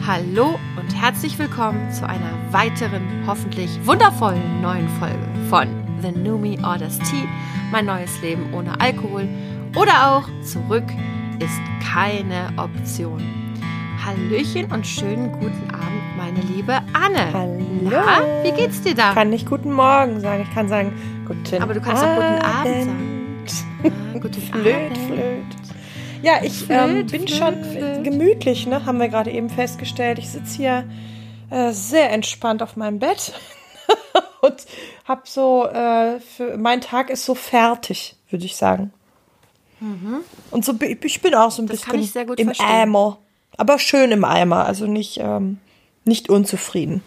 Hallo und herzlich willkommen zu einer weiteren, hoffentlich wundervollen neuen Folge von The New Me Orders Tea, mein neues Leben ohne Alkohol oder auch Zurück ist keine Option. Hallöchen und schönen guten Abend, meine liebe Anne. Hallo. Na, wie geht's dir da? Ich kann nicht guten Morgen sagen, ich kann sagen guten Abend. Aber du kannst auch guten Abend sagen. Guten Flöt. Ja, ich bin schon gemütlich, ne? Haben wir gerade eben festgestellt. Ich sitze hier sehr entspannt auf meinem Bett und habe so, mein Tag ist so fertig, würde ich sagen. Mhm. Und so, ich bin auch so ein bisschen im verstehen. Eimer. Aber schön im Eimer, also nicht unzufrieden.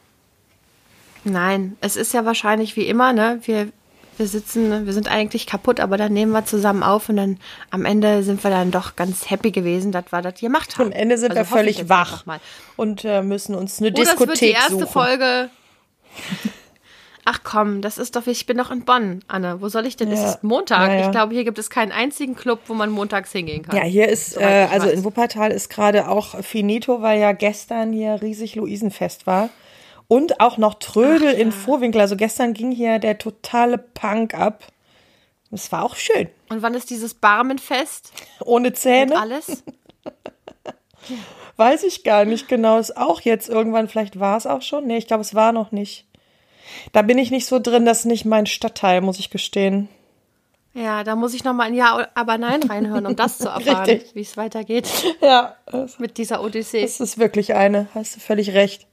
Nein, es ist ja wahrscheinlich wie immer, ne? Wir sind eigentlich kaputt, aber dann nehmen wir zusammen auf und dann am Ende sind wir dann doch ganz happy gewesen, dass wir das gemacht haben. Am Ende sind wir völlig wach und müssen uns eine Diskothek suchen. Das wird die erste Folge. Ach komm, ich bin doch in Bonn, Anne. Wo soll ich denn? Ja. Es ist Montag. Ja. Ich glaube, hier gibt es keinen einzigen Club, wo man montags hingehen kann. Ja, hier ist, also in Wuppertal ist gerade auch finito, weil ja gestern hier riesig Luisenfest war. Und auch noch Trödel in Vohwinkel. Also gestern ging hier der totale Punk ab. Das war auch schön. Und wann ist dieses Barmenfest? Ohne Zähne? Und alles? Weiß ich gar nicht genau. Ist auch jetzt irgendwann, vielleicht war es auch schon. Nee, ich glaube, es war noch nicht. Da bin ich nicht so drin, das ist nicht mein Stadtteil, muss ich gestehen. Ja, da muss ich nochmal ein Ja, aber Nein reinhören, um das zu erfahren, wie es weitergeht. Ja. Mit dieser Odyssee. Das ist wirklich eine, hast du völlig recht.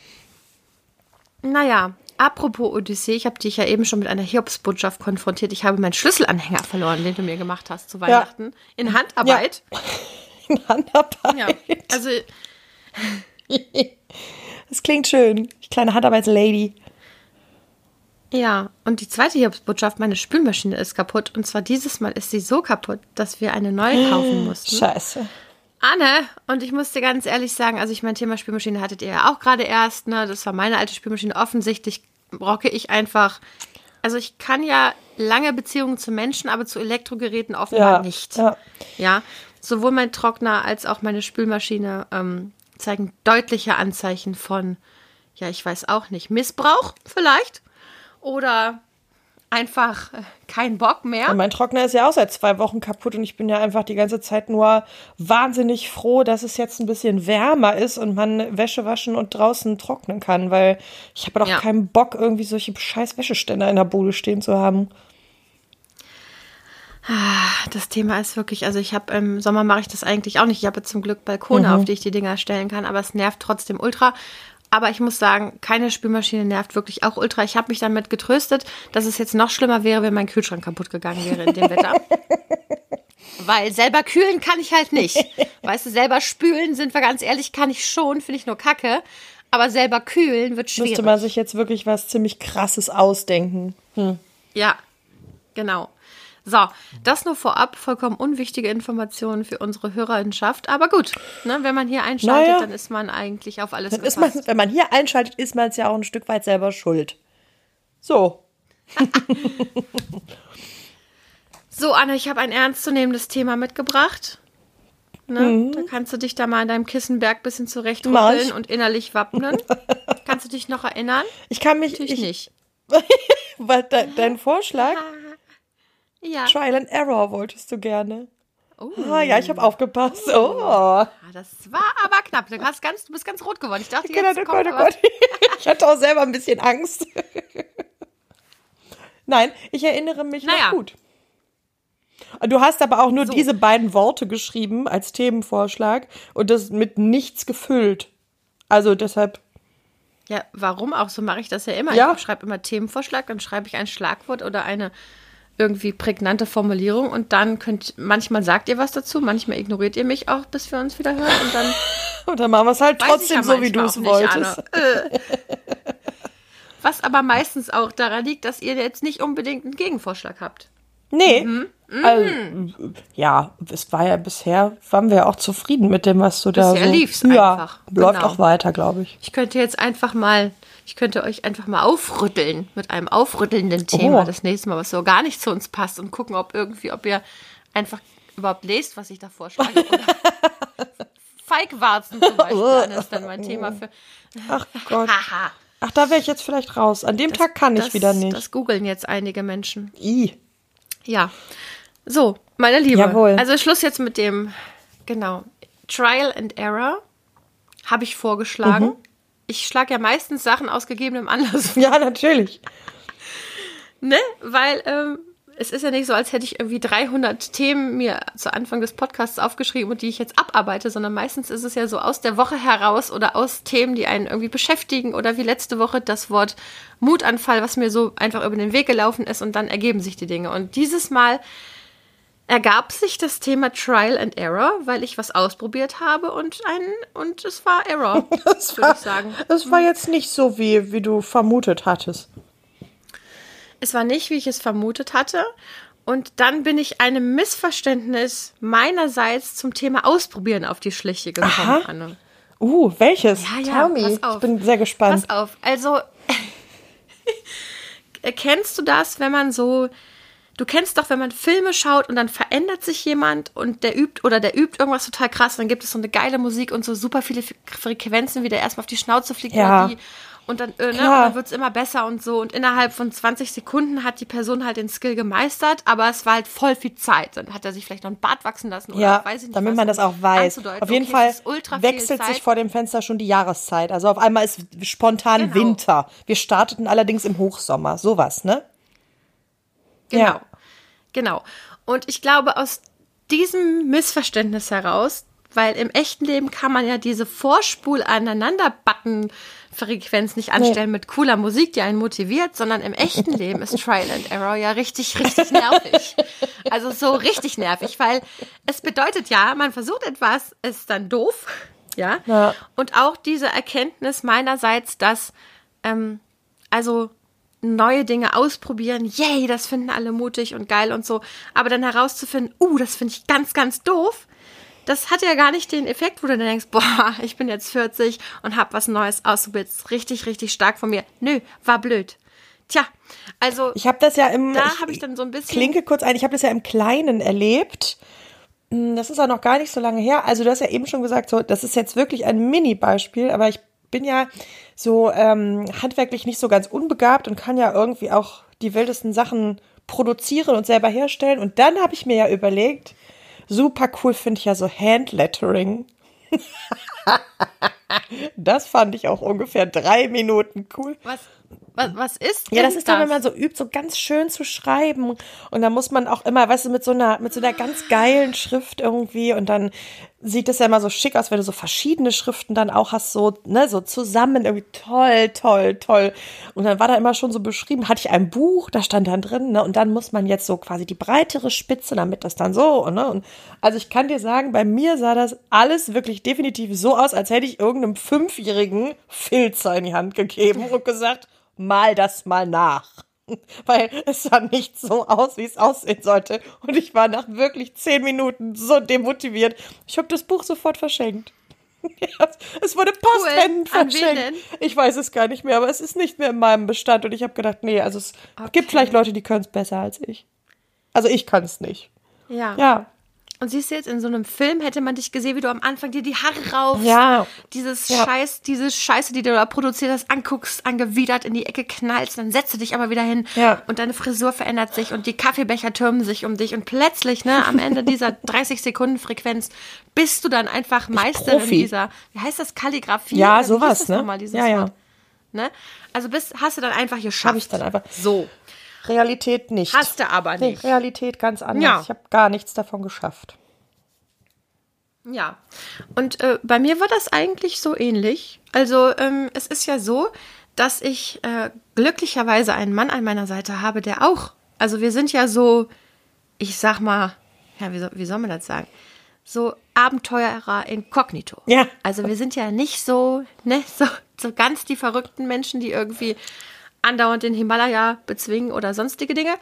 Naja, apropos Odyssee, ich habe dich ja eben schon mit einer Hiobsbotschaft konfrontiert. Ich habe meinen Schlüsselanhänger verloren, den du mir gemacht hast zu Weihnachten. Ja. In Handarbeit. Ja. In Handarbeit. Ja, also das klingt schön. Kleine Handarbeitslady. Ja, und die zweite Hiobsbotschaft, meine Spülmaschine ist kaputt. Und zwar dieses Mal ist sie so kaputt, dass wir eine neue kaufen mussten. Scheiße. Anne, und ich muss dir ganz ehrlich sagen, also ich mein Thema Spülmaschine hattet ihr ja auch gerade erst, ne? Das war meine alte Spülmaschine. Offensichtlich brauche ich einfach, also ich kann ja lange Beziehungen zu Menschen, aber zu Elektrogeräten offenbar nicht. Ja, sowohl mein Trockner als auch meine Spülmaschine zeigen deutliche Anzeichen von, ja, ich weiß auch nicht, Missbrauch vielleicht oder einfach kein Bock mehr. Und mein Trockner ist ja auch seit 2 Wochen kaputt und ich bin ja einfach die ganze Zeit nur wahnsinnig froh, dass es jetzt ein bisschen wärmer ist und man Wäsche waschen und draußen trocknen kann, weil ich habe doch keinen Bock, irgendwie solche scheiß Wäscheständer in der Bude stehen zu haben. Das Thema ist wirklich, also ich habe im Sommer mache ich das eigentlich auch nicht. Ich habe zum Glück Balkone, auf die ich die Dinger stellen kann, aber es nervt trotzdem ultra. Aber ich muss sagen, keine Spülmaschine nervt wirklich auch ultra. Ich habe mich damit getröstet, dass es jetzt noch schlimmer wäre, wenn mein Kühlschrank kaputt gegangen wäre in dem Wetter. Weil selber kühlen kann ich halt nicht. Weißt du, selber spülen, sind wir ganz ehrlich, kann ich schon, finde ich nur kacke. Aber selber kühlen wird schwierig. Müsste man sich jetzt wirklich was ziemlich Krasses ausdenken. Ja, genau. So, das nur vorab, vollkommen unwichtige Informationen für unsere Hörerinnenschaft. Aber gut, ne, wenn man hier einschaltet, dann ist man eigentlich auf alles gefasst. Wenn man hier einschaltet, ist man es ja auch ein Stück weit selber schuld. So. So, Anne, ich habe ein ernstzunehmendes Thema mitgebracht. Ne? Da kannst du dich da mal in deinem Kissenberg ein bisschen zurechtrütteln und innerlich wappnen. Kannst du dich noch erinnern? Ich kann mich natürlich nicht. Dein Vorschlag? Ja. Trial and Error wolltest du gerne. Ja, ich habe aufgepasst. Das war aber knapp. Du bist ganz rot geworden. Ich dachte, Gott. Ich hatte auch selber ein bisschen Angst. Nein, ich erinnere mich noch gut. Du hast aber auch nur diese beiden Worte geschrieben als Themenvorschlag und das mit nichts gefüllt. Also deshalb. Ja, warum auch? So mache ich das ja immer. Ich schreibe immer Themenvorschlag, dann schreibe ich ein Schlagwort oder eine irgendwie prägnante Formulierung und dann manchmal sagt ihr was dazu, manchmal ignoriert ihr mich auch, bis wir uns wieder hören und dann machen wir es halt trotzdem so, wie du es wolltest. Was aber meistens auch daran liegt, dass ihr jetzt nicht unbedingt einen Gegenvorschlag habt. Nee. Also, ja, es war ja bisher, waren wir ja auch zufrieden mit dem, was du da so. Bisher lief's einfach. Läuft auch weiter, glaube ich. Ich könnte euch einfach mal aufrütteln mit einem aufrüttelnden Thema das nächste Mal, was so gar nicht zu uns passt und gucken, ob ihr einfach überhaupt lest, was ich da vorschlage. Oder Feigwarzen zum Beispiel an, ist dann mein Thema für. Ach Gott. Ach, da wäre ich jetzt vielleicht raus. An dem Tag kann ich wieder nicht. Das googeln jetzt einige Menschen. I. Ja. So, meine Liebe. Jawohl. Also Schluss jetzt mit dem, genau, Trial and Error habe ich vorgeschlagen. Ich schlage ja meistens Sachen aus gegebenem Anlass vor. Ja, natürlich. Ne? Weil es ist ja nicht so, als hätte ich irgendwie 300 Themen mir zu Anfang des Podcasts aufgeschrieben und die ich jetzt abarbeite, sondern meistens ist es ja so aus der Woche heraus oder aus Themen, die einen irgendwie beschäftigen oder wie letzte Woche das Wort Mutanfall, was mir so einfach über den Weg gelaufen ist und dann ergeben sich die Dinge. Und dieses Mal ergab sich das Thema Trial and Error, weil ich was ausprobiert habe und es war Error, würde ich sagen. Es war jetzt nicht so, wie du vermutet hattest. Es war nicht, wie ich es vermutet hatte. Und dann bin ich einem Missverständnis meinerseits zum Thema Ausprobieren auf die Schliche gekommen, Anne. Welches? Ja, Tell me. pass auf. Ich bin sehr gespannt. Pass auf. Also, kennst du das, wenn man so... Du kennst doch, wenn man Filme schaut und dann verändert sich jemand und der übt irgendwas total krass, dann gibt es so eine geile Musik und so super viele Frequenzen, wie der erstmal auf die Schnauze fliegt oder die. Und dann, und dann wird es immer besser und so. Und innerhalb von 20 Sekunden hat die Person halt den Skill gemeistert, aber es war halt voll viel Zeit. Dann hat er sich vielleicht noch ein Bart wachsen lassen oder weiß ich nicht. Damit man das auch weiß. Auf jeden Fall wechselt sich vor dem Fenster schon die Jahreszeit. Also auf einmal ist spontan Winter. Wir starteten allerdings im Hochsommer. Sowas, ne? Genau. Und ich glaube, aus diesem Missverständnis heraus, weil im echten Leben kann man ja diese Vorspul-Aneinander-Button-Frequenz nicht anstellen mit cooler Musik, die einen motiviert, sondern im echten Leben ist Trial and Error ja richtig, richtig nervig. Also so richtig nervig, weil es bedeutet ja, man versucht etwas, ist dann doof, ja. Und auch diese Erkenntnis meinerseits, dass, neue Dinge ausprobieren, yay, das finden alle mutig und geil und so, aber dann herauszufinden, das finde ich ganz, ganz doof, das hat ja gar nicht den Effekt, wo du dann denkst, boah, ich bin jetzt 40 und habe was Neues ausprobiert, richtig, richtig stark von mir. Nö, war blöd. Tja, also ich habe das ja habe ich dann so ein bisschen... Klinke kurz ein, ich habe das ja im Kleinen erlebt. Das ist auch noch gar nicht so lange her. Also du hast ja eben schon gesagt, so, das ist jetzt wirklich ein Mini-Beispiel, aber ich bin ja so handwerklich nicht so ganz unbegabt und kann ja irgendwie auch die wildesten Sachen produzieren und selber herstellen. Und dann habe ich mir ja überlegt, super cool finde ich ja so Handlettering. Das fand ich auch ungefähr 3 Minuten cool. Was ist denn das? Dann, wenn man so übt, so ganz schön zu schreiben. Und dann muss man auch immer, weißt du, mit so einer ganz geilen Schrift irgendwie. Und dann sieht das ja immer so schick aus, wenn du so verschiedene Schriften dann auch hast, so, ne, so zusammen. Irgendwie toll, toll, toll. Und dann war da immer schon so beschrieben, hatte ich ein Buch, da stand dann drin, ne, und dann muss man jetzt so quasi die breitere Spitze, damit das dann so, ne. Und also ich kann dir sagen, bei mir sah das alles wirklich definitiv so aus, als hätte ich irgendeinem 5-jährigen Filzer in die Hand gegeben und gesagt, mal das mal nach. Weil es sah nicht so aus, wie es aussehen sollte. Und ich war nach wirklich 10 Minuten so demotiviert. Ich habe das Buch sofort verschenkt. Es wurde postwendend verschenkt. Ich weiß es gar nicht mehr, aber es ist nicht mehr in meinem Bestand. Und ich habe gedacht, nee, also es gibt vielleicht Leute, die können es besser als ich. Also ich kann es nicht. Ja. Und siehst du jetzt, in so einem Film hätte man dich gesehen, wie du am Anfang dir die Haare raufst, diese Scheiße, die du da produziert hast, anguckst, angewidert in die Ecke knallst, dann setzt du dich aber wieder hin und deine Frisur verändert sich und die Kaffeebecher türmen sich um dich und plötzlich, ne, am Ende dieser 30-Sekunden-Frequenz bist du dann einfach Meisterin in dieser, wie heißt das, Kalligrafie? Ja, sowas, ne? Wort, ne? Also hast du dann einfach geschafft. Hab ich dann einfach. So. Realität nicht. Hast du aber nicht. Nee, Realität ganz anders. Ja. Ich habe gar nichts davon geschafft. Ja, und bei mir war das eigentlich so ähnlich. Also es ist ja so, dass ich glücklicherweise einen Mann an meiner Seite habe, der auch, also wir sind ja so, ich sag mal, ja, wie soll man das sagen? So Abenteurer inkognito. Ja. Also wir sind ja nicht so, ne, so ganz die verrückten Menschen, die irgendwie andauernd den Himalaya bezwingen oder sonstige Dinge.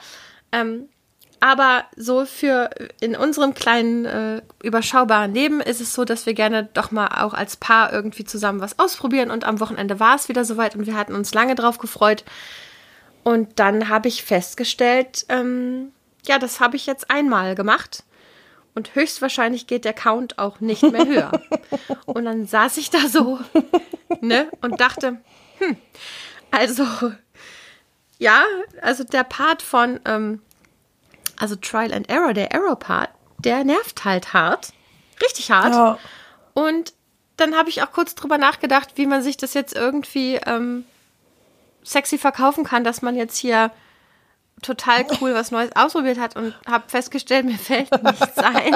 Aber so in unserem kleinen, überschaubaren Leben ist es so, dass wir gerne doch mal auch als Paar irgendwie zusammen was ausprobieren. Und am Wochenende war es wieder soweit und wir hatten uns lange drauf gefreut. Und dann habe ich festgestellt, das habe ich jetzt einmal gemacht. Und höchstwahrscheinlich geht der Count auch nicht mehr höher. Und dann saß ich da so, ne, und dachte, also, ja, also der Part von, also Trial and Error, der Error-Part, der nervt halt hart, richtig hart. Ja. Und dann habe ich auch kurz drüber nachgedacht, wie man sich das jetzt irgendwie sexy verkaufen kann, dass man jetzt hier total cool was Neues ausprobiert hat und habe festgestellt, mir fällt nichts ein.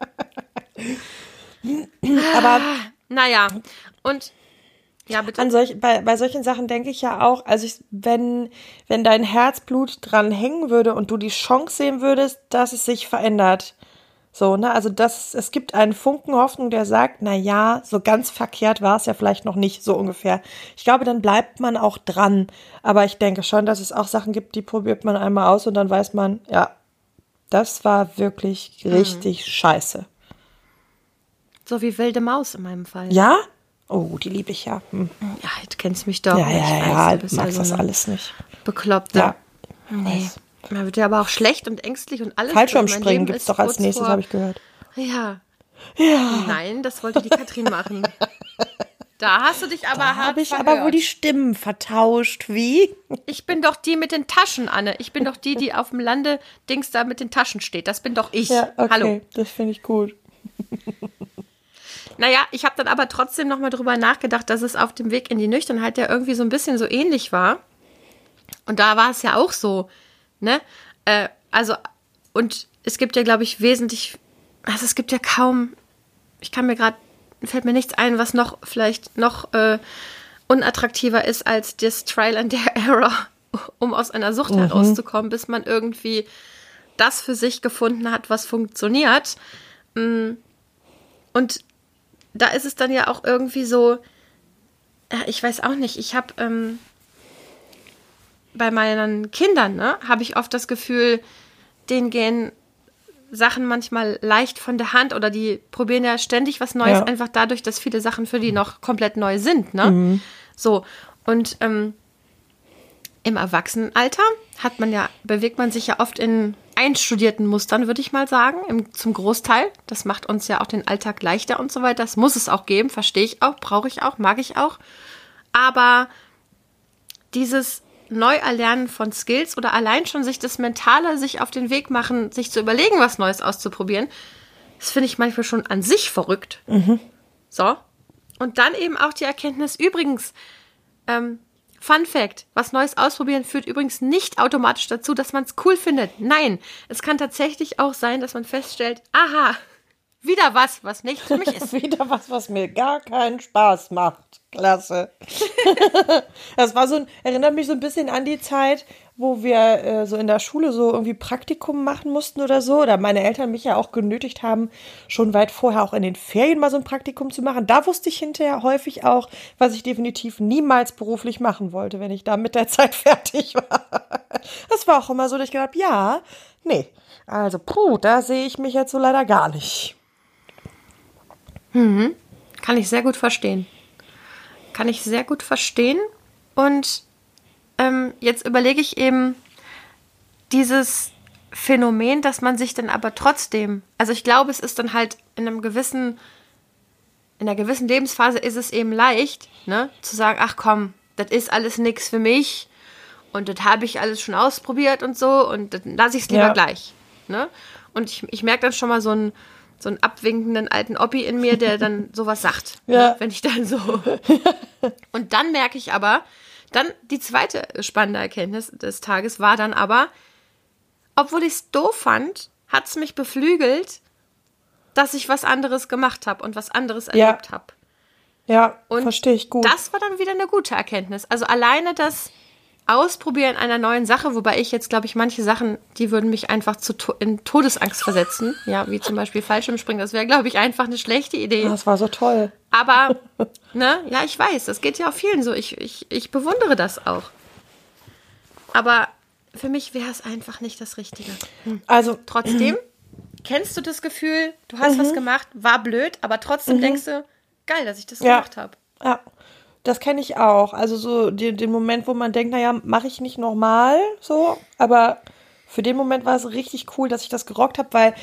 Aber naja, und ja, bitte. bei solchen Sachen denke ich ja auch, also wenn dein Herzblut dran hängen würde und du die Chance sehen würdest, dass es sich verändert. So, ne, also es gibt einen Funken Hoffnung, der sagt, na ja, so ganz verkehrt war es ja vielleicht noch nicht, so ungefähr. Ich glaube, dann bleibt man auch dran. Aber ich denke schon, dass es auch Sachen gibt, die probiert man einmal aus und dann weiß man, ja, das war wirklich richtig scheiße. So wie wilde Maus in meinem Fall. Ja? Oh, die liebe ich ja. Ja, du kennst mich doch. Ja, du ich mag das alles nicht. Bekloppt. Ja. Nee. Man wird ja aber auch schlecht und ängstlich und alles. Fallschirmspringen gibt's doch als nächstes, habe ich gehört. Ja. Ja. Nein, das wollte die Katrin machen. Da hast du dich aber hart habe ich verhört. aber wohl die Stimmen vertauscht. Wie? Ich bin doch die mit den Taschen, Anne. Ich bin doch die auf dem Lande-Dings da mit den Taschen steht. Das bin doch ich. Ja, okay. Hallo. Das finde ich gut. Naja, ich habe dann aber trotzdem nochmal drüber nachgedacht, dass es auf dem Weg in die Nüchternheit ja irgendwie so ein bisschen so ähnlich war. Und da war es ja auch so, ne? Also, und es gibt ja, glaube ich, es gibt ja kaum, fällt mir nichts ein, was vielleicht noch unattraktiver ist als das Trial and Error, um aus einer Sucht herauszukommen, bis man irgendwie das für sich gefunden hat, was funktioniert. Und da ist es dann ja auch irgendwie so, ich weiß auch nicht, ich habe bei meinen Kindern, ne, habe ich oft das Gefühl, denen gehen Sachen manchmal leicht von der Hand oder die probieren ja ständig was Neues, einfach dadurch, dass viele Sachen für die noch komplett neu sind, ne? So, und im Erwachsenenalter bewegt man sich ja oft in einstudierten Mustern, würde ich mal sagen, zum Großteil. Das macht uns ja auch den Alltag leichter und so weiter. Das muss es auch geben, verstehe ich auch, brauche ich auch, mag ich auch. Aber dieses Neuerlernen von Skills oder allein schon sich das Mentale, sich auf den Weg machen, sich zu überlegen, was Neues auszuprobieren, das finde ich manchmal schon an sich verrückt. So. Und dann eben auch die Erkenntnis, übrigens, Fun Fact, was Neues ausprobieren führt übrigens nicht automatisch dazu, dass man es cool findet. Nein, es kann tatsächlich auch sein, dass man feststellt, aha, wieder was nicht für mich ist. Wieder was mir gar keinen Spaß macht. Klasse. Das erinnert mich so ein bisschen an die Zeit, wo wir so in der Schule so irgendwie Praktikum machen mussten oder so. Oder meine Eltern mich ja auch genötigt haben, schon weit vorher auch in den Ferien mal so ein Praktikum zu machen. Da wusste ich hinterher häufig auch, was ich definitiv niemals beruflich machen wollte, wenn ich da mit der Zeit fertig war. Das war auch immer so, dass ich gedacht habe, also da sehe ich mich jetzt so leider gar nicht. Kann ich sehr gut verstehen. Und jetzt überlege ich eben dieses Phänomen, dass man sich dann aber trotzdem, also ich glaube, es ist dann halt in einer gewissen Lebensphase ist es eben leicht, ne, zu sagen, ach komm, das ist alles nix für mich und das habe ich alles schon ausprobiert und so und dann lasse ich es lieber gleich. Ne? Und ich merke dann schon mal so einen abwinkenden alten Oppi in mir, der dann sowas sagt. Ja. Ne? Wenn ich dann so. Und dann merke ich aber, dann die zweite spannende Erkenntnis des Tages war dann aber, obwohl ich es doof fand, hat es mich beflügelt, dass ich was anderes gemacht habe und was anderes erlebt habe. Ja, verstehe ich gut. Das war dann wieder eine gute Erkenntnis. Also alleine das Ausprobieren einer neuen Sache, wobei ich jetzt, glaube ich, manche Sachen, die würden mich einfach in Todesangst versetzen. Ja, wie zum Beispiel Fallschirmspringen. Das wäre, glaube ich, einfach eine schlechte Idee. Das war so toll. Aber, ne, ja, ich weiß, das geht ja auch vielen so. Ich bewundere das auch. Aber für mich wäre es einfach nicht das Richtige. Also trotzdem, kennst du das Gefühl, du hast was gemacht, war blöd, aber trotzdem denkst du, geil, dass ich das gemacht habe. Ja. Das kenne ich auch. Also so den Moment, wo man denkt, naja, mache ich nicht nochmal so. Aber für den Moment war es richtig cool, dass ich das gerockt habe, weil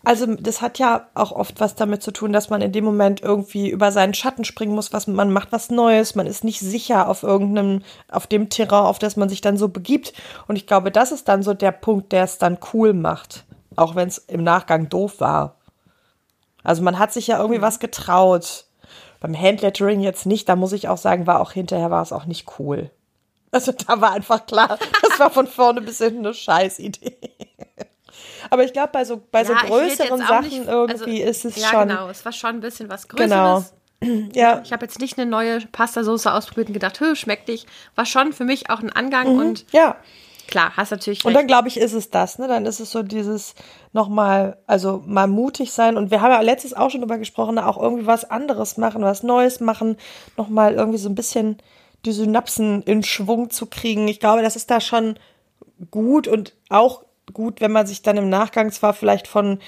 Also das hat ja auch oft was damit zu tun, dass man in dem Moment irgendwie über seinen Schatten springen muss, man macht was Neues, man ist nicht sicher auf dem Terrain, auf das man sich dann so begibt. Und ich glaube, das ist dann so der Punkt, der es dann cool macht, auch wenn es im Nachgang doof war. Also man hat sich ja irgendwie was getraut. Beim Handlettering jetzt nicht, da muss ich auch sagen, hinterher war es auch nicht cool. Also da war einfach klar, das war von vorne bis hinten eine Scheißidee. Aber ich glaube, bei so größeren Sachen irgendwie ist es schon. Ja, genau. Es war schon ein bisschen was Größeres. Genau. Ja. Ich habe jetzt nicht eine neue Pastasauce ausprobiert und gedacht, schmeckt dich. War schon für mich auch ein Angang und ja. Klar, hast natürlich recht. Und dann, glaube ich, ist es das, ne? Dann ist es so dieses nochmal, also mal mutig sein. Und wir haben ja letztes auch schon drüber gesprochen, auch irgendwie was anderes machen, was Neues machen, nochmal irgendwie so ein bisschen die Synapsen in Schwung zu kriegen. Ich glaube, das ist da schon gut und auch gut, wenn man sich dann im Nachgang zwar vielleicht von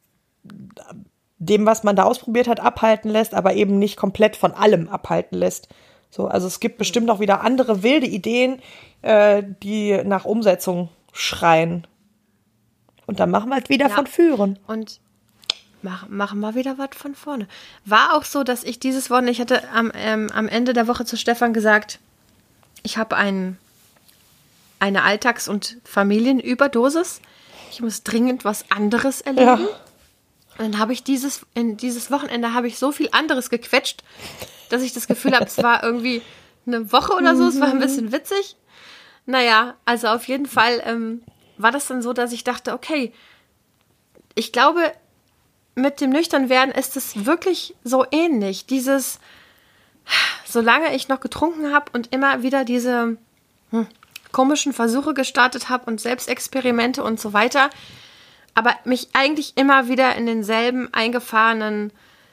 dem, was man da ausprobiert hat, abhalten lässt, aber eben nicht komplett von allem abhalten lässt. So, also es gibt bestimmt auch wieder andere wilde Ideen, die nach Umsetzung schreien. Und dann machen wir halt wieder von Führen. Und machen wir wieder was von vorne. War auch so, dass ich dieses Wochenende, ich hatte am Ende der Woche zu Stefan gesagt, ich habe eine Alltags- und Familienüberdosis. Ich muss dringend was anderes erleben. Ja. Und dann habe ich dieses Wochenende habe ich so viel anderes gequetscht, dass ich das Gefühl habe, es war irgendwie eine Woche oder so. Es war ein bisschen witzig. Naja, also auf jeden Fall war das dann so, dass ich dachte, okay, ich glaube, mit dem Nüchternwerden ist es wirklich so ähnlich. Dieses, solange ich noch getrunken habe und immer wieder diese komischen Versuche gestartet habe und Selbstexperimente und so weiter, aber mich eigentlich immer wieder in denselben eingefahrenen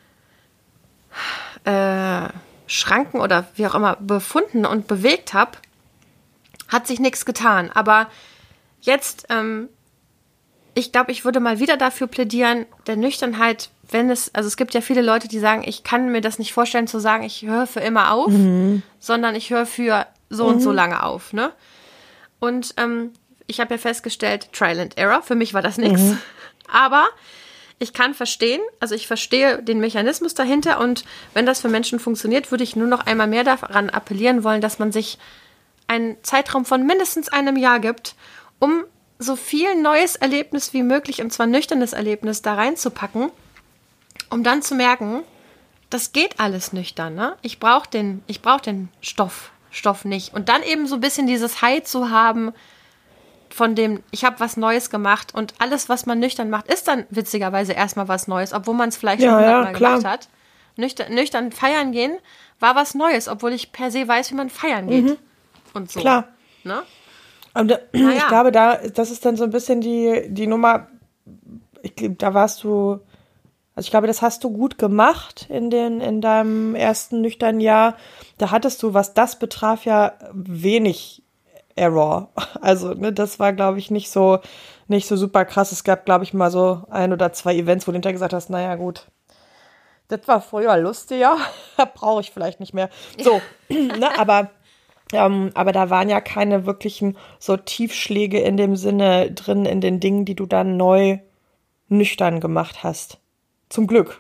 Schranken oder wie auch immer befunden und bewegt habe, hat sich nichts getan. Aber jetzt, ich glaube, ich würde mal wieder dafür plädieren, der Nüchternheit, also es gibt ja viele Leute, die sagen, ich kann mir das nicht vorstellen zu sagen, ich höre für immer auf, sondern ich höre für so und so lange auf, ne? Und ich habe ja festgestellt, Trial and Error, für mich war das nichts. Aber ich kann verstehen, also ich verstehe den Mechanismus dahinter und wenn das für Menschen funktioniert, würde ich nur noch einmal mehr daran appellieren wollen, dass man sich einen Zeitraum von mindestens einem Jahr gibt, um so viel neues Erlebnis wie möglich, und zwar nüchternes Erlebnis, da reinzupacken, um dann zu merken, das geht alles nüchtern, ne? Ich brauche den Stoff nicht. Und dann eben so ein bisschen dieses High zu haben, von dem, ich habe was Neues gemacht und alles, was man nüchtern macht, ist dann witzigerweise erstmal was Neues, obwohl man es vielleicht schon 100-mal gemacht hat. Nüchtern feiern gehen war was Neues, obwohl ich per se weiß, wie man feiern geht. Und so. Klar. Ne? Und ich glaube, das ist dann so ein bisschen die Nummer, ich glaube, das hast du gut gemacht in deinem ersten nüchternen Jahr. Da hattest du, was das betraf, ja wenig Error. Also, ne, das war, glaube ich, nicht so super krass. Es gab, glaube ich, mal so 1 oder 2 Events, wo du hinterher gesagt hast, naja, gut, das war früher lustiger, brauche ich vielleicht nicht mehr. So, ne, aber da waren ja keine wirklichen so Tiefschläge in dem Sinne drin, in den Dingen, die du dann neu nüchtern gemacht hast. Zum Glück.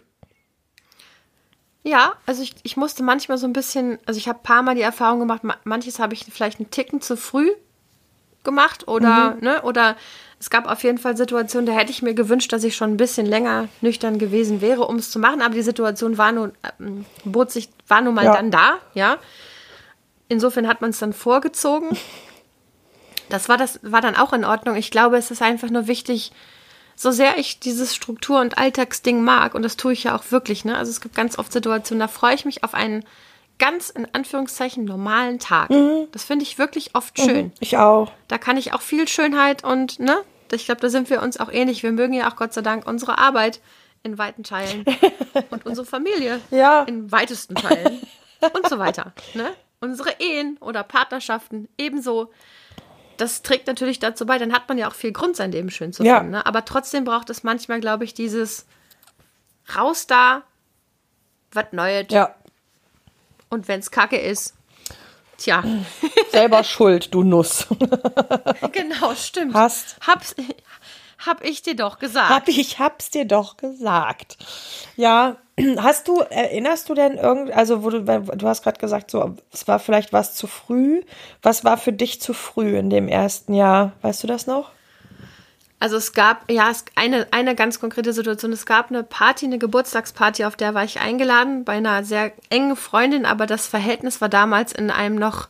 Ja, also ich musste manchmal so ein bisschen, also ich habe ein paar Mal die Erfahrung gemacht, manches habe ich vielleicht einen Ticken zu früh gemacht oder es gab auf jeden Fall Situationen, da hätte ich mir gewünscht, dass ich schon ein bisschen länger nüchtern gewesen wäre, um es zu machen, aber die Situation war nun mal dann da, ja. Insofern hat man es dann vorgezogen. Das war dann auch in Ordnung. Ich glaube, es ist einfach nur wichtig, so sehr ich dieses Struktur- und Alltagsding mag, und das tue ich ja auch wirklich, ne? Also es gibt ganz oft Situationen, da freue ich mich auf einen ganz, in Anführungszeichen, normalen Tag. Das finde ich wirklich oft schön. Ich auch. Da kann ich auch viel Schönheit und, ne? Ich glaube, da sind wir uns auch ähnlich. Wir mögen ja auch Gott sei Dank unsere Arbeit in weiten Teilen und unsere Familie in weitesten Teilen und so weiter, ne? Unsere Ehen oder Partnerschaften ebenso. Das trägt natürlich dazu bei, dann hat man ja auch viel Grund, sein Leben schön zu finden. Ne? Aber trotzdem braucht es manchmal, glaube ich, dieses raus da, was Neues. Ja. Und wenn es Kacke ist, tja. Selber schuld, du Nuss. Genau, stimmt. Hab ich dir doch gesagt. Ich hab's dir doch gesagt. Ja, erinnerst du denn also du hast gerade gesagt, so, es war vielleicht was zu früh. Was war für dich zu früh in dem ersten Jahr? Weißt du das noch? Also es gab, eine ganz konkrete Situation. Es gab eine Party, eine Geburtstagsparty, auf der war ich eingeladen bei einer sehr engen Freundin, aber das Verhältnis war damals in einem noch,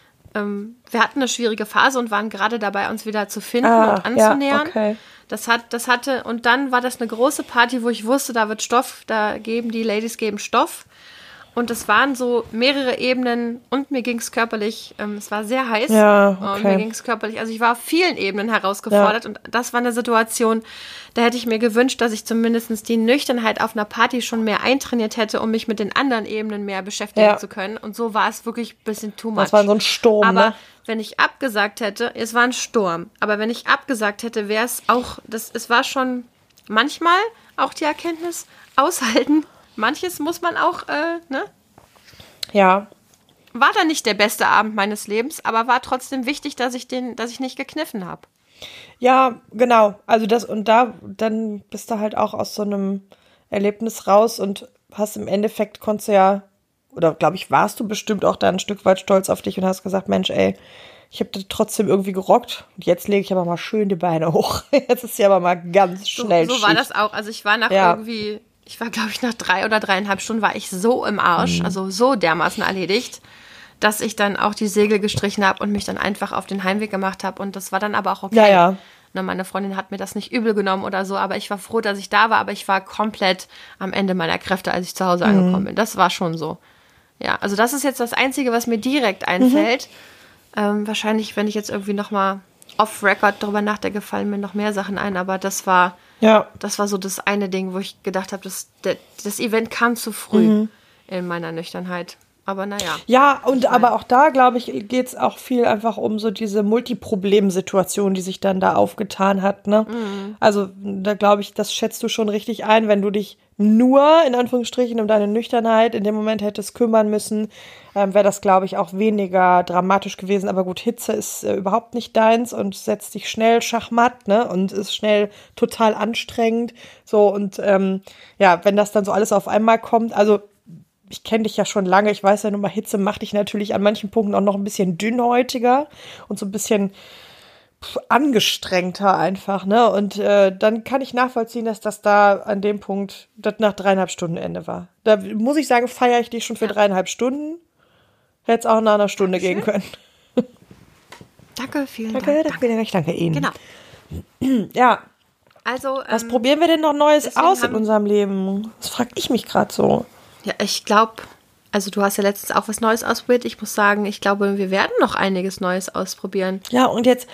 wir hatten eine schwierige Phase und waren gerade dabei, uns wieder zu finden und anzunähern. Ja, okay. Und dann war das eine große Party, wo ich wusste, da wird Stoff, die Ladies geben Stoff. Und es waren so mehrere Ebenen und mir ging es körperlich, es war sehr heiß. Ja, okay. Und mir ging es körperlich, also ich war auf vielen Ebenen herausgefordert und das war eine Situation, da hätte ich mir gewünscht, dass ich zumindest die Nüchternheit auf einer Party schon mehr eintrainiert hätte, um mich mit den anderen Ebenen mehr beschäftigen zu können. Und so war es wirklich ein bisschen too much. Das war so ein Sturm, aber ne? Wenn ich abgesagt hätte, es war ein Sturm, aber wenn ich abgesagt hätte, wäre es auch, es war schon manchmal auch die Erkenntnis, aushalten. Manches muss man auch, ne? Ja. War dann nicht der beste Abend meines Lebens, aber war trotzdem wichtig, dass ich nicht gekniffen habe. Ja, genau. Also dann bist du halt auch aus so einem Erlebnis raus und hast im Endeffekt konntest du ja, oder glaube ich, warst du bestimmt auch da ein Stück weit stolz auf dich und hast gesagt, Mensch, ey, ich habe das trotzdem irgendwie gerockt und jetzt lege ich aber mal schön die Beine hoch. Jetzt ist ja aber mal ganz schnell So war das auch. Also ich war glaube ich, nach 3 oder 3,5 Stunden war ich so im Arsch, also so dermaßen erledigt, dass ich dann auch die Segel gestrichen habe und mich dann einfach auf den Heimweg gemacht habe. Und das war dann aber auch okay. Ja. Ne, meine Freundin hat mir das nicht übel genommen oder so, aber ich war froh, dass ich da war, aber ich war komplett am Ende meiner Kräfte, als ich zu Hause angekommen bin. Das war schon so. Ja, also das ist jetzt das Einzige, was mir direkt einfällt. Wahrscheinlich, wenn ich jetzt irgendwie nochmal off-Record drüber nachdenke, fallen mir noch mehr Sachen ein, aber das war so das eine Ding, wo ich gedacht habe, das Event kam zu früh in meiner Nüchternheit. Aber naja. Ja, aber auch da, glaube ich, geht es auch viel einfach um so diese Multiproblem-Situation, die sich dann da aufgetan hat, ne? Also da glaube ich, das schätzt du schon richtig ein, wenn du dich nur, in Anführungsstrichen, um deine Nüchternheit in dem Moment hättest kümmern müssen, wäre das, glaube ich, auch weniger dramatisch gewesen. Aber gut, Hitze ist überhaupt nicht deins und setzt dich schnell schachmatt, ne? Und ist schnell total anstrengend. So, und wenn das dann so alles auf einmal kommt, also ich kenne dich ja schon lange, ich weiß ja nun mal, Hitze macht dich natürlich an manchen Punkten auch noch ein bisschen dünnhäutiger und so ein bisschen angestrengter einfach, ne? Und dann kann ich nachvollziehen, dass das da an dem Punkt, das nach 3,5 Stunden Ende war. Da muss ich sagen, feiere ich dich schon für 3,5 Stunden. Hätte es auch nach einer Stunde gehen können. Danke, vielen Dank. Ich danke Ihnen. Genau. Ja. Also, was probieren wir denn noch Neues aus in unserem Leben? Das frage ich mich gerade so. Ja, ich glaube, also du hast ja letztens auch was Neues ausprobiert. Ich muss sagen, ich glaube, wir werden noch einiges Neues ausprobieren. Ja, und jetzt,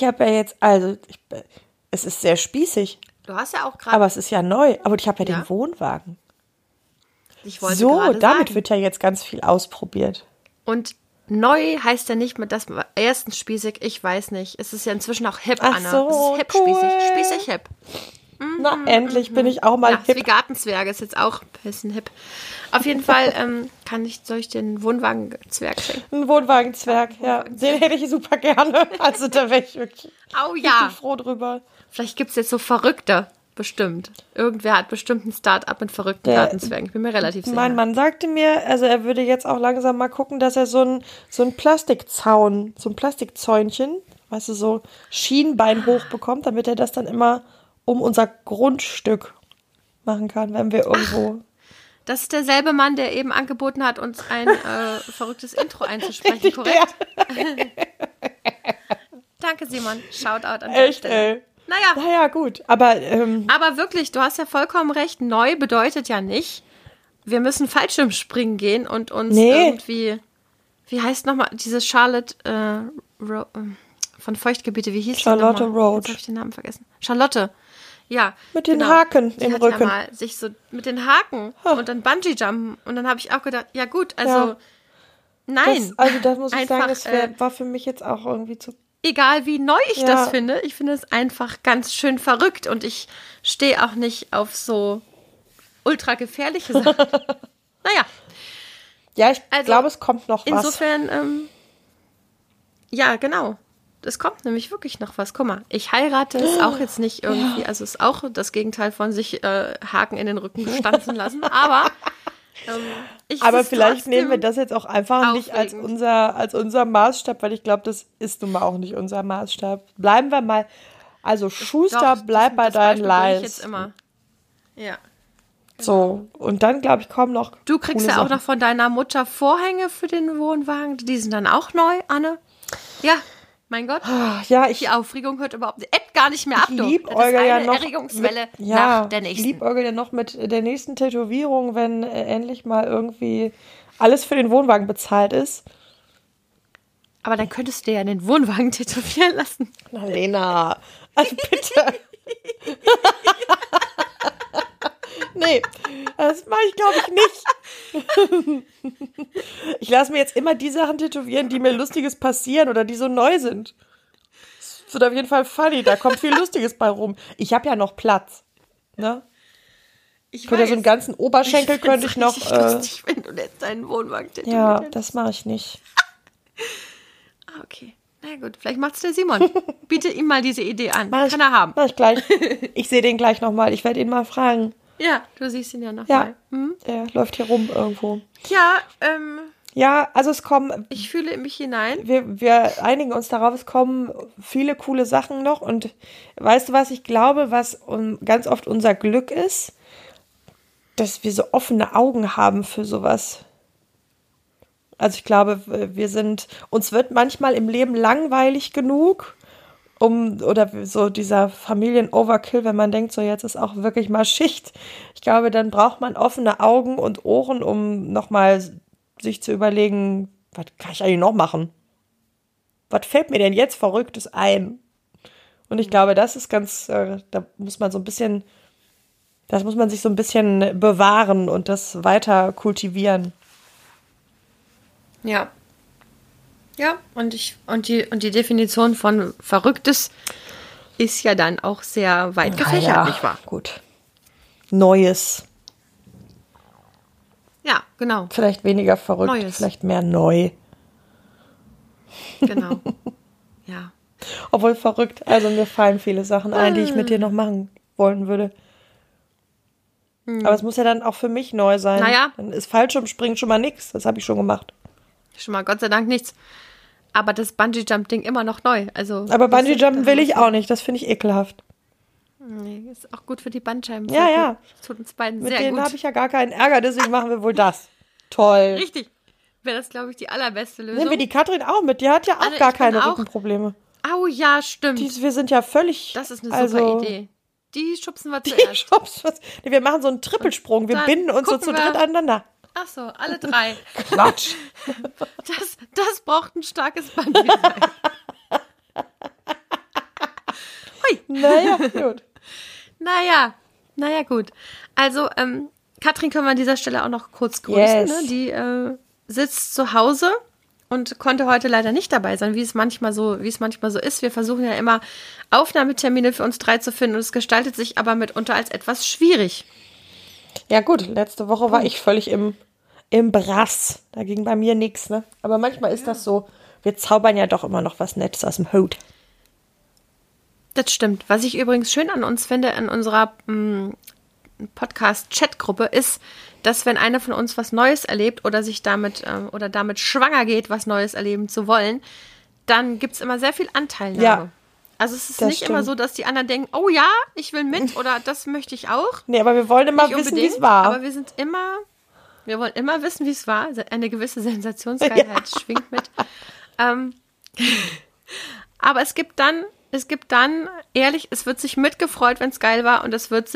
es ist sehr spießig. Du hast ja auch gerade... Aber es ist ja neu. Aber ich habe ja den Wohnwagen. Damit wird ja jetzt ganz viel ausprobiert. Und neu heißt ja nicht mit das erstens spießig, ich weiß nicht. Es ist ja inzwischen auch hip, Anna. So, es ist hip, cool. spießig hip. Na, endlich bin ich auch mal hip. Ist wie Gartenzwerge, ist jetzt auch ein bisschen hip. Auf jeden Fall soll ich den Wohnwagenzwerg schenken? Ein Wohnwagenzwerg, ja. Den hätte ich super gerne. Also da wäre ich wirklich richtig froh drüber. Vielleicht gibt es jetzt so Verrückte, bestimmt. Irgendwer hat bestimmt ein Start-up mit verrückten Gartenzwergen. Ich bin mir relativ sicher. Mein Mann sagte mir, also er würde jetzt auch langsam mal gucken, dass er so ein Plastikzaun, so ein Plastikzäunchen, weißt du, so Schienbein hochbekommt, damit er das dann immer um unser Grundstück machen kann, wenn wir irgendwo... Das ist derselbe Mann, der eben angeboten hat, uns ein verrücktes Intro einzusprechen, korrekt? Danke, Simon. Shoutout an der Stelle. Naja, gut. Aber wirklich, du hast ja vollkommen recht. Neu bedeutet ja nicht, wir müssen Fallschirmspringen gehen und uns irgendwie... Wie heißt nochmal diese Charlotte von Feuchtgebiete? Wie hieß Charlotte die nochmal? Roach. Jetzt habe ich den Namen vergessen. Charlotte. Ja, mit den Haken im Rücken. Ja mal sich so mit den Haken und dann Bungee-Jumpen. Und dann habe ich auch gedacht, ja gut, also nein. Das muss ich sagen, das war für mich jetzt auch irgendwie zu... Egal wie neu ich das finde, ich finde es einfach ganz schön verrückt. Und ich stehe auch nicht auf so ultra gefährliche Sachen. Naja. Ja, ich glaube, es kommt noch was. Insofern, ja, genau. es kommt nämlich wirklich noch was. Guck mal, ich heirate ist auch jetzt nicht irgendwie, also ist auch das Gegenteil von sich Haken in den Rücken stanzen lassen, aber aber vielleicht nehmen wir das jetzt auch einfach nicht als unser Maßstab, weil ich glaube, das ist nun mal auch nicht unser Maßstab. Bleiben wir mal, also Schuster, bleib bei deinen Leisten. Jetzt immer. Ja. Genau. So, und dann, glaube ich, kommen noch Du kriegst ja Sachen. auch noch von deiner Mutter Vorhänge für den Wohnwagen. Die sind dann auch neu, Anne. Ja, mein Gott. Ja, die Aufregung hört überhaupt gar nicht mehr ab. Ich liebäugel ja noch Erregungswelle nach der nächsten. Ich liebäugel ja noch mit der nächsten Tätowierung, wenn endlich mal irgendwie alles für den Wohnwagen bezahlt ist. Aber dann könntest du dir ja den Wohnwagen tätowieren lassen. Na, Lena, also bitte. Nee, das mache ich, glaube ich, nicht. Ich lasse mir jetzt immer die Sachen tätowieren, die mir Lustiges passieren oder die so neu sind. Das wird auf jeden Fall funny, da kommt viel Lustiges bei rum. Ich habe ja noch Platz, ne? Ich könnte so einen ganzen Oberschenkel könnte ich noch. Lustig, wenn du jetzt deinen Wohnwagen tätowierst. Ja, das mache ich nicht. Okay. Na gut, vielleicht macht's der Simon. Biete ihm mal diese Idee an. Kann er haben. Mach ich gleich. Ich sehe den gleich nochmal. Ich werde ihn mal fragen. Ja, du siehst ihn ja noch mal. Er läuft hier rum irgendwo. Ja, ja, also es kommen... Ich fühle in mich hinein. Wir einigen uns darauf, es kommen viele coole Sachen noch. Und weißt du, was ich glaube, was ganz oft unser Glück ist? Dass wir so offene Augen haben für sowas. Also ich glaube, uns wird manchmal im Leben langweilig genug, oder so dieser Familien-Overkill, wenn man denkt, so jetzt ist auch wirklich mal Schicht. Ich glaube, dann braucht man offene Augen und Ohren, um nochmal sich zu überlegen, was kann ich eigentlich noch machen? Was fällt mir denn jetzt Verrücktes ein? Und ich glaube, das ist da muss man sich so ein bisschen bewahren und das weiter kultivieren. Ja. Ja, und die Definition von Verrücktes ist ja dann auch sehr weit gefächert, nicht wahr? Gut. Neues. Ja, genau. Vielleicht weniger verrückt, Neues. Vielleicht mehr neu. Genau. Ja. Obwohl verrückt, also mir fallen viele Sachen ein, die ich mit dir noch machen wollen würde. Aber es muss ja dann auch für mich neu sein. Naja. Dann ist Fallschirmspringen schon mal nix. Das habe ich schon gemacht. Schon mal Gott sei Dank nichts. Aber das Bungee-Jump-Ding immer noch neu. Also, aber Bungee-Jumpen will ich auch nicht. Das finde ich ekelhaft. Nee, ist auch gut für die Bandscheiben. Ja. Das tut uns beiden mit sehr gut. Mit denen habe ich ja gar keinen Ärger, deswegen machen wir wohl das. Toll. Richtig. Wäre das, glaube ich, die allerbeste Lösung. Nehmen wir die Katrin auch mit. Die hat ja auch gar keine Rückenprobleme. Oh ja, stimmt. Wir sind ja völlig... Das ist eine super Idee. Die schubsen wir zuerst. Nee, wir machen so einen Trippelsprung. Wir binden uns so zu dritt aneinander. Ach so, alle drei. Quatsch. Das braucht ein starkes Bungee-Seil. Hui. Naja, gut. Naja, gut. Also, Katrin können wir an dieser Stelle auch noch kurz grüßen. Yes. Ne? Die sitzt zu Hause und konnte heute leider nicht dabei sein, wie es manchmal so ist. Wir versuchen ja immer, Aufnahmetermine für uns drei zu finden und es gestaltet sich aber mitunter als etwas schwierig. Ja gut, letzte Woche war ich völlig im Brass. Da ging bei mir nichts, ne? Aber manchmal ist das so, wir zaubern ja doch immer noch was Nettes aus dem Hut. Das stimmt. Was ich übrigens schön an uns finde, in unserer Podcast-Chat-Gruppe, ist, dass wenn einer von uns was Neues erlebt oder sich damit schwanger geht, was Neues erleben zu wollen, dann gibt es immer sehr viel Anteilnahme. Ja, also es ist nicht immer so, dass die anderen denken, oh ja, ich will mit oder das möchte ich auch. Nee, aber wir wollen immer wissen, wie es war. Aber wir wollen immer wissen, wie es war. Eine gewisse Sensationsgeilheit schwingt mit. Aber es gibt dann, ehrlich, es wird sich mitgefreut, wenn es geil war und es wird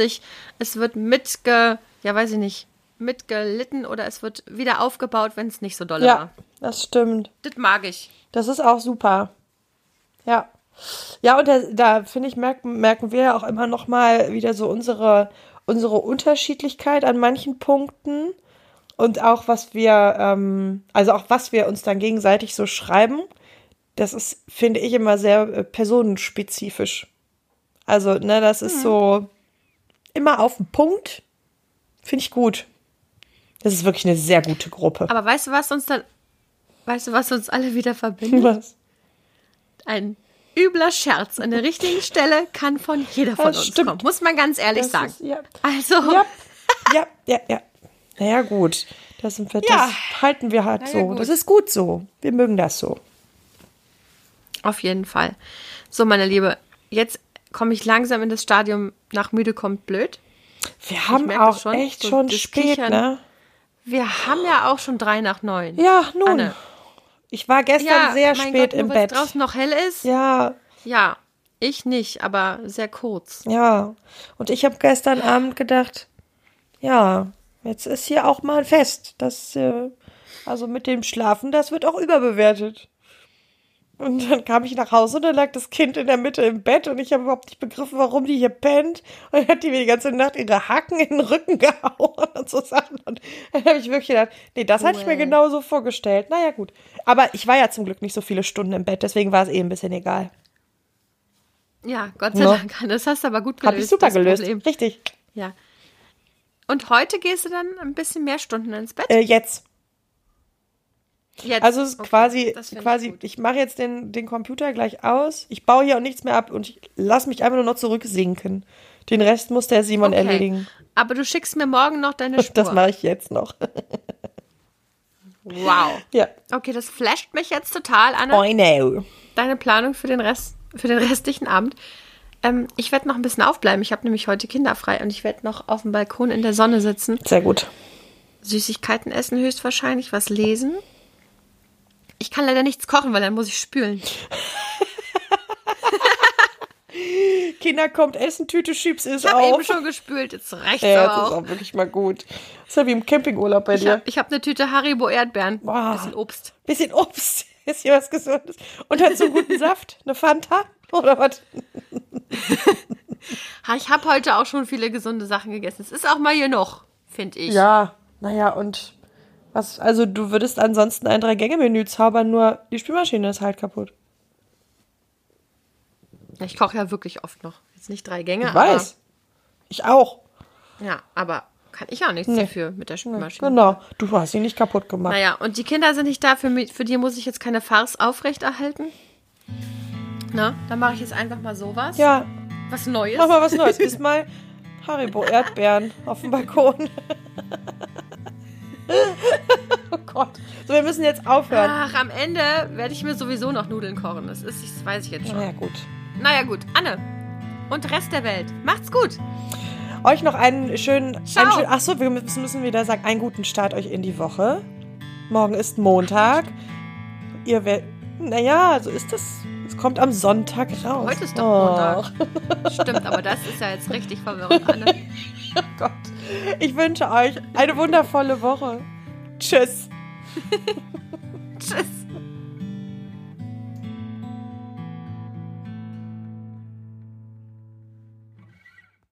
mitgelitten oder es wird wieder aufgebaut, wenn es nicht so dolle war. Ja, das stimmt. Das mag ich. Das ist auch super. Ja. Ja, und da finde ich, merken wir ja auch immer noch mal wieder so unsere Unterschiedlichkeit an manchen Punkten und auch was wir uns dann gegenseitig so schreiben. Das ist, finde ich, immer sehr personenspezifisch. Also, ne, das ist so immer auf den Punkt. Finde ich gut. Das ist wirklich eine sehr gute Gruppe. Aber weißt du, was uns alle wieder verbindet? Was? Ein übler Scherz an der richtigen Stelle kann von jeder von uns kommen. Muss man ganz ehrlich sagen. Also. Ja. Naja, gut. Das halten wir halt so. Gut. Das ist gut so. Wir mögen das so. Auf jeden Fall. So, meine Liebe, jetzt komme ich langsam in das Stadium, nach müde kommt blöd. Wir haben auch echt schon spät, Kichern. Ne? Wir haben ja auch schon 8:03. Ja, nun. Anne. Ich war gestern sehr spät im Bett. Weil draußen noch hell ist? Ja. Ja, ich nicht, aber sehr kurz. Ja, und ich habe gestern Abend gedacht, ja, jetzt ist hier auch mal ein Fest. Also mit dem Schlafen, das wird auch überbewertet. Und dann kam ich nach Hause und dann lag das Kind in der Mitte im Bett und ich habe überhaupt nicht begriffen, warum die hier pennt. Und dann hat die mir die ganze Nacht ihre Hacken in den Rücken gehauen und so Sachen. Und dann habe ich wirklich gedacht, nee, das hatte ich mir genauso vorgestellt. Naja, gut. Aber ich war ja zum Glück nicht so viele Stunden im Bett, deswegen war es ein bisschen egal. Ja, Gott sei Dank. Das hast du aber gut gelöst. Habe ich super gelöst, Problem. Richtig. Ja. Und heute gehst du dann ein bisschen mehr Stunden ins Bett? Jetzt. Also es ist quasi, ich mache jetzt den Computer gleich aus, ich baue hier auch nichts mehr ab und ich lasse mich einfach nur noch zurücksinken. Den Rest muss der Simon erledigen. Aber du schickst mir morgen noch deine Spur. Das mache ich jetzt noch. Wow. Ja. Okay, das flasht mich jetzt total, Anne. I know. Deine Planung für den restlichen Abend. Ich werde noch ein bisschen aufbleiben. Ich habe nämlich heute kinderfrei und ich werde noch auf dem Balkon in der Sonne sitzen. Sehr gut. Süßigkeiten essen höchstwahrscheinlich, was lesen. Ich kann leider nichts kochen, weil dann muss ich spülen. Kinder kommt essen, Tüte schieb's ist auf. Ich habe eben schon gespült, jetzt reicht's auch. Ja, das ist auch wirklich mal gut. Das ist ja wie im Campingurlaub bei dir. Ich hab eine Tüte Haribo Erdbeeren. Boah. Bisschen Obst. Bisschen Obst. Ist hier was Gesundes. Und dann so guten Saft? Eine Fanta? Oder was? Ich habe heute auch schon viele gesunde Sachen gegessen. Es ist auch mal genug, finde ich. Ja, naja, und was? Also du würdest ansonsten ein 3-Gänge-Menü zaubern, nur die Spülmaschine ist halt kaputt. Ich koche ja wirklich oft noch. Jetzt nicht 3 Gänge, ich weiß. Ich auch. Ja, aber kann ich auch nichts dafür mit der Spülmaschine. Genau, du hast sie nicht kaputt gemacht. Naja, und die Kinder sind nicht da. Für die muss ich jetzt keine Farce aufrechterhalten. Na, dann mache ich jetzt einfach mal sowas. Ja. Was Neues. Mach mal was Neues. Iss mal Haribo Erdbeeren auf dem Balkon. Oh Gott. So, wir müssen jetzt aufhören. Ach, am Ende werde ich mir sowieso noch Nudeln kochen. Das weiß ich jetzt schon. Naja, gut. Anne und Rest der Welt. Macht's gut. Euch noch einen schönen... Achso, wir müssen wieder sagen, einen guten Start euch in die Woche. Morgen ist Montag. Ihr werdet... Naja, so ist das... Es kommt am Sonntag raus. Heute ist doch Montag. Stimmt, aber das ist ja jetzt richtig verwirrend, Anne. Oh Gott. Ich wünsche euch eine wundervolle Woche. Tschüss. Tschüss.